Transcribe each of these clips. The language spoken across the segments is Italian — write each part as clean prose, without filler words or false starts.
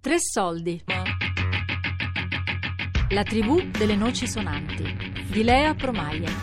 Tre soldi. La tribù delle noci sonanti di Lea Promaia.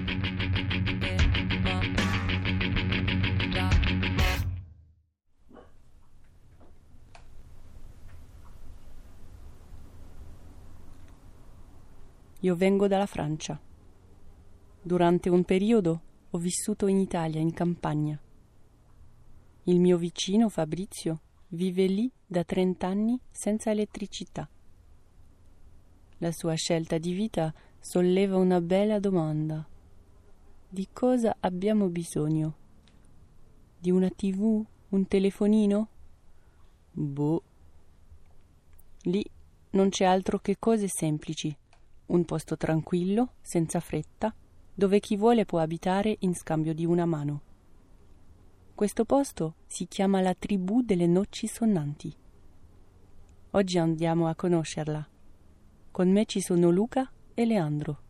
Io vengo dalla Francia. Durante un periodo ho vissuto in Italia, in campagna. Il mio vicino Fabrizio vive lì da 30 anni senza elettricità. La sua scelta di vita solleva una bella domanda. Di cosa abbiamo bisogno? Di una TV? Un telefonino? Boh. Lì non c'è altro che cose semplici. Un posto tranquillo, senza fretta, dove chi vuole può abitare in scambio di una mano. Questo posto si chiama la tribù delle noci sonanti. Oggi andiamo a conoscerla. Con me ci sono Luca e Leandro.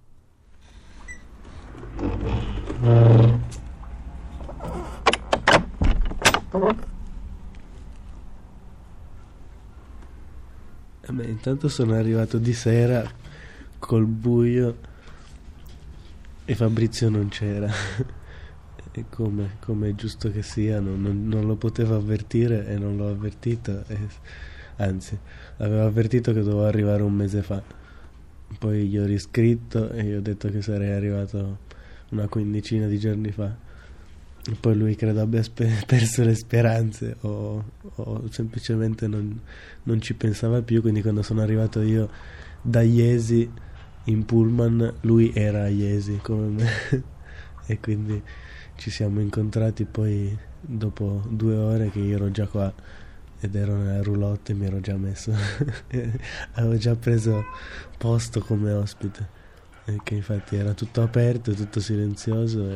Intanto sono arrivato di sera col buio e Fabrizio non c'era. E come è giusto che sia, non lo potevo avvertire e non l'ho avvertito, anzi avevo avvertito che dovevo arrivare un mese fa, poi gli ho riscritto e gli ho detto che sarei arrivato una quindicina di giorni fa, e poi lui credo abbia perso le speranze o semplicemente non ci pensava più, quindi quando sono arrivato io da Jesi in pullman lui era a Jesi come me e quindi ci siamo incontrati poi dopo 2 ore che io ero già qua ed ero nella roulotte e mi ero già messo avevo già preso posto come ospite, che infatti era tutto aperto, tutto silenzioso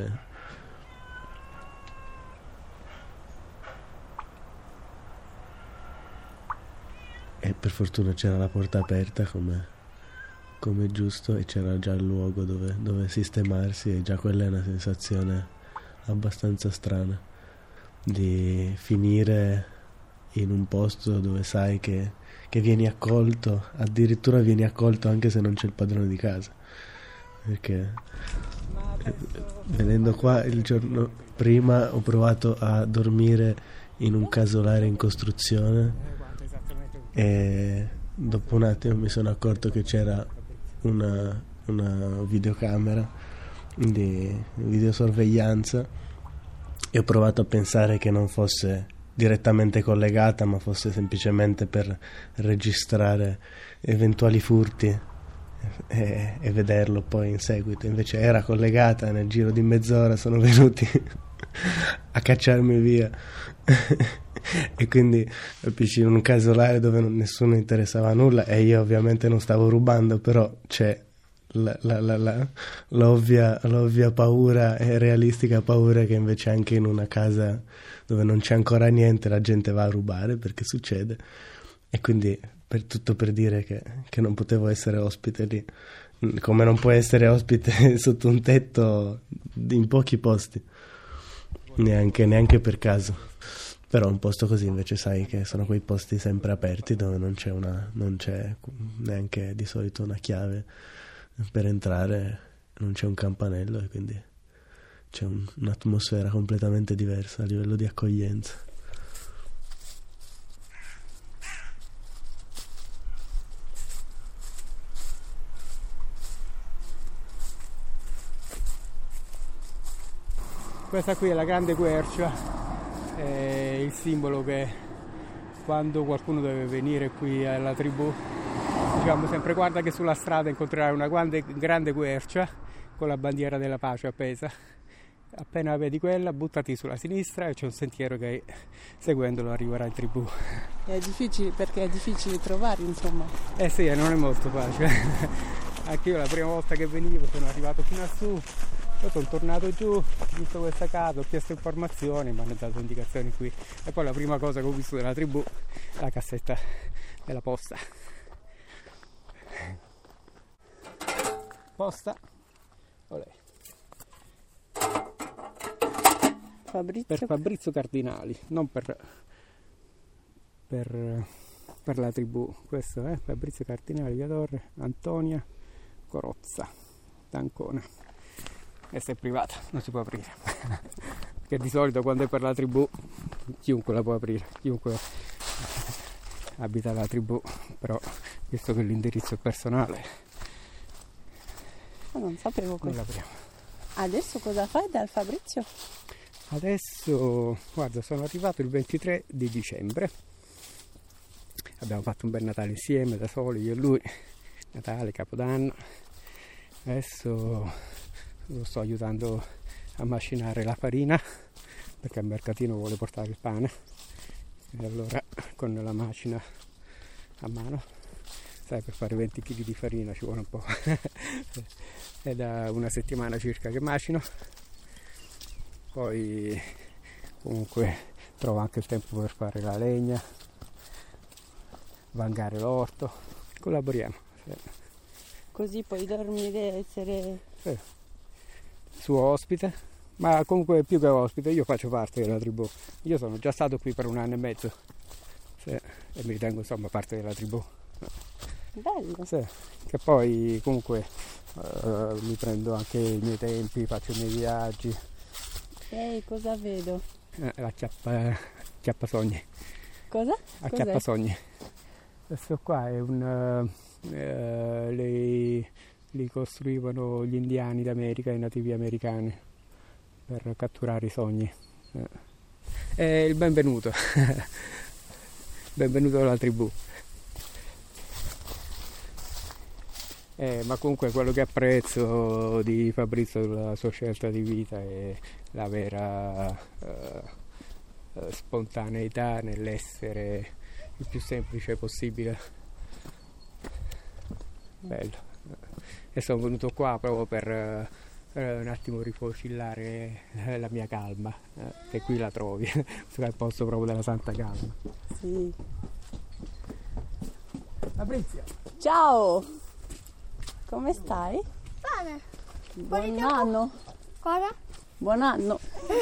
e per fortuna c'era la porta aperta come giusto e c'era già il luogo dove sistemarsi, e già quella è una sensazione abbastanza strana di finire in un posto dove sai che vieni accolto, addirittura vieni accolto anche se non c'è il padrone di casa, perché venendo qua il giorno prima ho provato a dormire in un casolare in costruzione e dopo un attimo mi sono accorto che c'era una videocamera di videosorveglianza e ho provato a pensare che non fosse direttamente collegata ma fosse semplicemente per registrare eventuali furti e vederlo poi in seguito. Invece era collegata, nel giro di mezz'ora sono venuti a cacciarmi via e quindi capisci, in un casolare dove nessuno interessava a nulla e io ovviamente non stavo rubando, però c'è l'ovvia paura e realistica paura che invece anche in una casa dove non c'è ancora niente la gente va a rubare, perché succede, e quindi tutto per dire che non potevo essere ospite lì, come non puoi essere ospite sotto un tetto in pochi posti, neanche per caso. Però un posto così invece sai che sono quei posti sempre aperti dove non c'è neanche di solito una chiave per entrare, non c'è un campanello e quindi c'è un'atmosfera completamente diversa a livello di accoglienza. Questa qui è la grande quercia, è il simbolo che quando qualcuno deve venire qui alla tribù, diciamo sempre: guarda che sulla strada incontrerai una grande quercia con la bandiera della pace appesa. Appena vedi quella, buttati sulla sinistra e c'è un sentiero che seguendolo arriverà in tribù. È difficile, perché è difficile trovare, insomma. Sì, non è molto facile. Anche io la prima volta che venivo sono arrivato fino a su, poi sono tornato giù, ho visto questa casa, ho chiesto informazioni, mi hanno dato indicazioni qui, e poi la prima cosa che ho visto della tribù è la cassetta della posta. Posta, olè. Fabrizio? Per Fabrizio Cardinali, non per per la tribù. Questo è Fabrizio Cardinale, Via Torre, Antonia Corozza d'Ancona. Questa è privata, non si può aprire. Perché di solito quando è per la tribù chiunque la può aprire, chiunque abita la tribù, però visto che l'indirizzo è personale Non sapevo non questo. l'apriamo. Adesso cosa fai dal Fabrizio? Adesso, guarda, sono arrivato il 23 di dicembre. Abbiamo fatto un bel Natale insieme, da soli, io e lui. Natale, Capodanno. Adesso lo sto aiutando a macinare la farina, perché al mercatino vuole portare il pane. E allora con la macina a mano, sai, per fare 20 kg di farina ci vuole un po'. È da una settimana circa che macino. Poi comunque trovo anche il tempo per fare la legna, vangare l'orto, collaboriamo. Così puoi dormire e essere... Suo ospite, ma comunque più che ospite io faccio parte della tribù. Io sono già stato qui per 1 anno e mezzo e mi ritengo insomma parte della tribù. Bello. Sì, che poi comunque mi prendo anche i miei tempi, faccio i miei viaggi. Ehi, cosa vedo? La chiappasogni. Cosa? A Cos'è? chiappasogni. Questo qua è un... li costruivano gli indiani d'America, i nativi americani, per catturare i sogni. È il benvenuto. Benvenuto alla tribù. Ma comunque quello che apprezzo di Fabrizio, la sua scelta di vita, è la vera spontaneità nell'essere il più semplice possibile. Bello. E sono venuto qua proprio per un attimo rifocillare la mia calma, che qui la trovi, questo è il posto proprio della santa calma. Sì. Fabrizio! Ciao! Come stai? Bene. Buon anno! Cosa? Buon anno!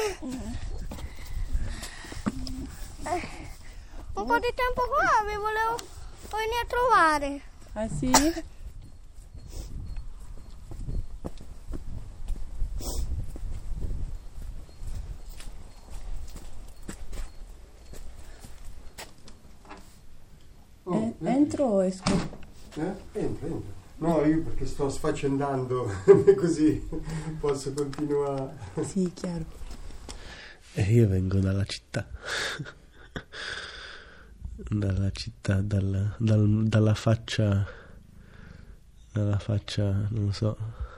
Un po' di tempo fa vi volevo venire a trovare. Ah sì? Entro o esco? Entra. No, io perché sto sfaccendando, così posso continuare. Sì, chiaro. E io vengo dalla città. Dalla città, dalla faccia, non so,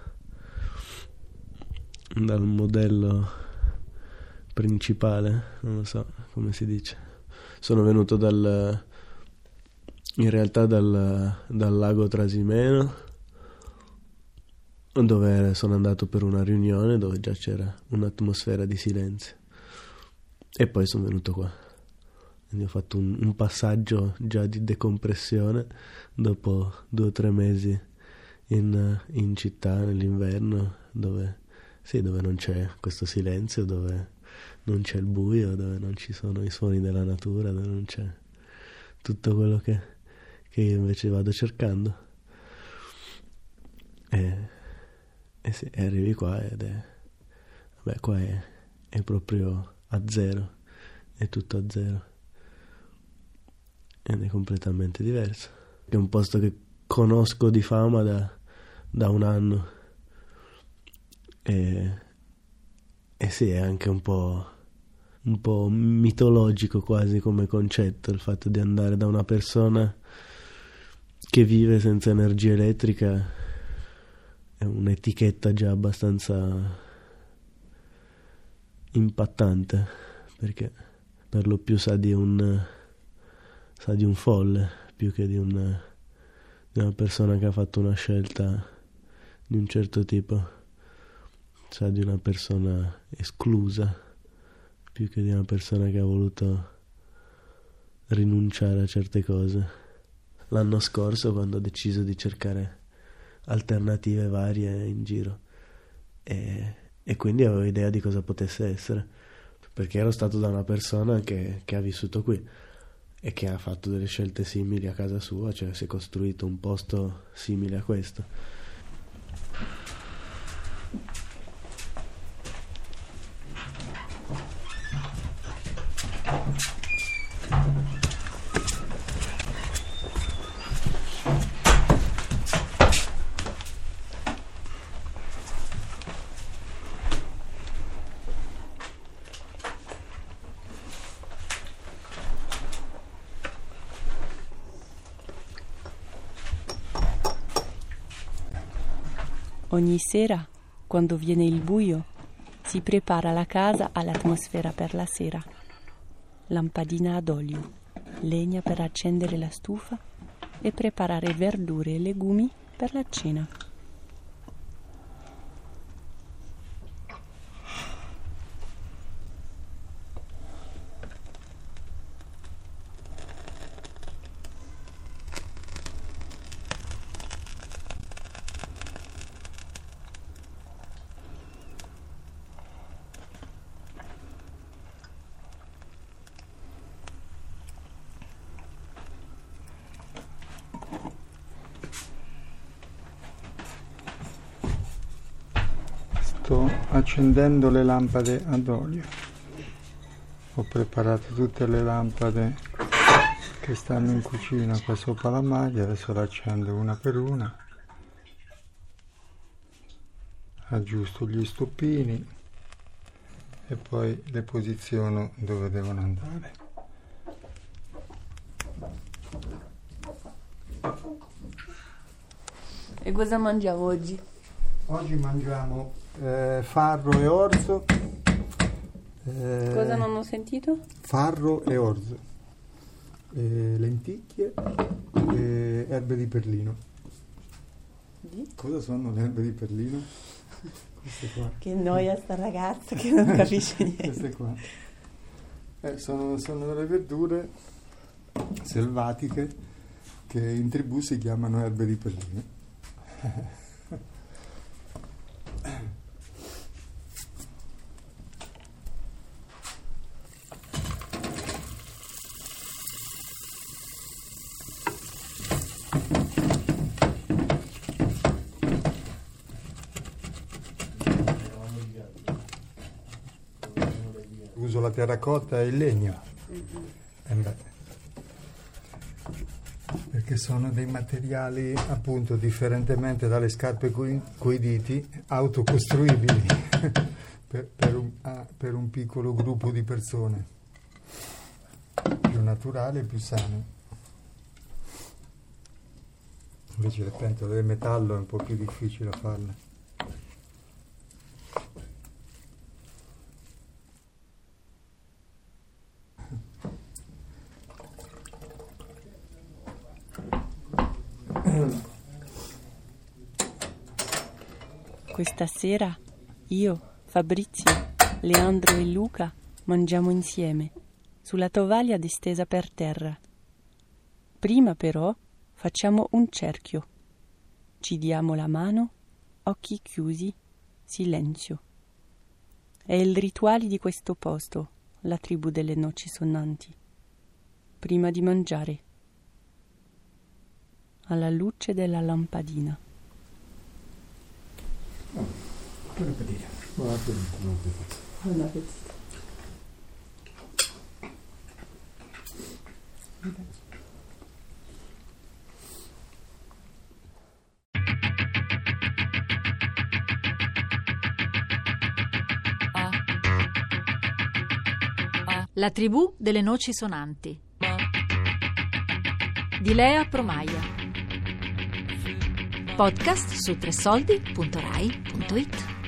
dal modello principale, non so come si dice. Sono venuto in realtà dal lago Trasimeno, dove sono andato per una riunione dove già c'era un'atmosfera di silenzio, e poi sono venuto qua. Quindi ho fatto un passaggio già di decompressione dopo 2 o 3 mesi in città nell'inverno, dove non c'è questo silenzio, dove non c'è il buio, dove non ci sono i suoni della natura, dove non c'è tutto quello che io invece vado cercando. E sì, arrivi qua qua è proprio a zero, è tutto a zero. Ed è completamente diverso. È un posto che conosco di fama da 1 anno. E sì, è anche un po' mitologico quasi come concetto, il fatto di andare da una persona che vive senza energia elettrica. È un'etichetta già abbastanza impattante, perché per lo più sa di un folle più che di una persona che ha fatto una scelta di un certo tipo. Sa di una persona esclusa più che di una persona che ha voluto rinunciare a certe cose. L'anno scorso, quando ho deciso di cercare alternative varie in giro, e quindi avevo idea di cosa potesse essere, perché ero stato da una persona che ha vissuto qui, e che ha fatto delle scelte simili a casa sua, cioè si è costruito un posto simile a questo. Ogni sera, quando viene il buio, si prepara la casa all'atmosfera per la sera. Lampadina ad olio, legna per accendere la stufa e preparare verdure e legumi per la cena. Sto accendendo le lampade ad olio. Ho preparato tutte le lampade che stanno in cucina qua sopra la maglia, adesso le accendo una per una. Aggiusto gli stoppini e poi le posiziono dove devono andare. E cosa mangiamo oggi? Oggi mangiamo farro e orzo. Cosa non ho sentito? Farro e orzo, lenticchie e erbe di perlino. Di? Cosa sono le erbe di perlino? Queste qua. Che noia sta ragazza che non capisce niente. Queste qua. Sono delle verdure selvatiche che in tribù si chiamano erbe di perlino. Uso la terracotta e il legno. Perché sono dei materiali, appunto, differentemente dalle scarpe coi diti, autocostruibili per un piccolo gruppo di persone, più naturale e più sano. Invece le pentole di metallo è un po' più difficile farle. Questa sera io, Fabrizio, Leandro e Luca mangiamo insieme, sulla tovaglia distesa per terra. Prima però facciamo un cerchio. Ci diamo la mano, occhi chiusi, silenzio. È il rituale di questo posto, la tribù delle noci sonanti. Prima di mangiare, alla luce della lampadina. Buon appetito. Buon appetito. La tribù delle noci sonanti di Lea Promaia. Podcast su tresoldi.rai.it.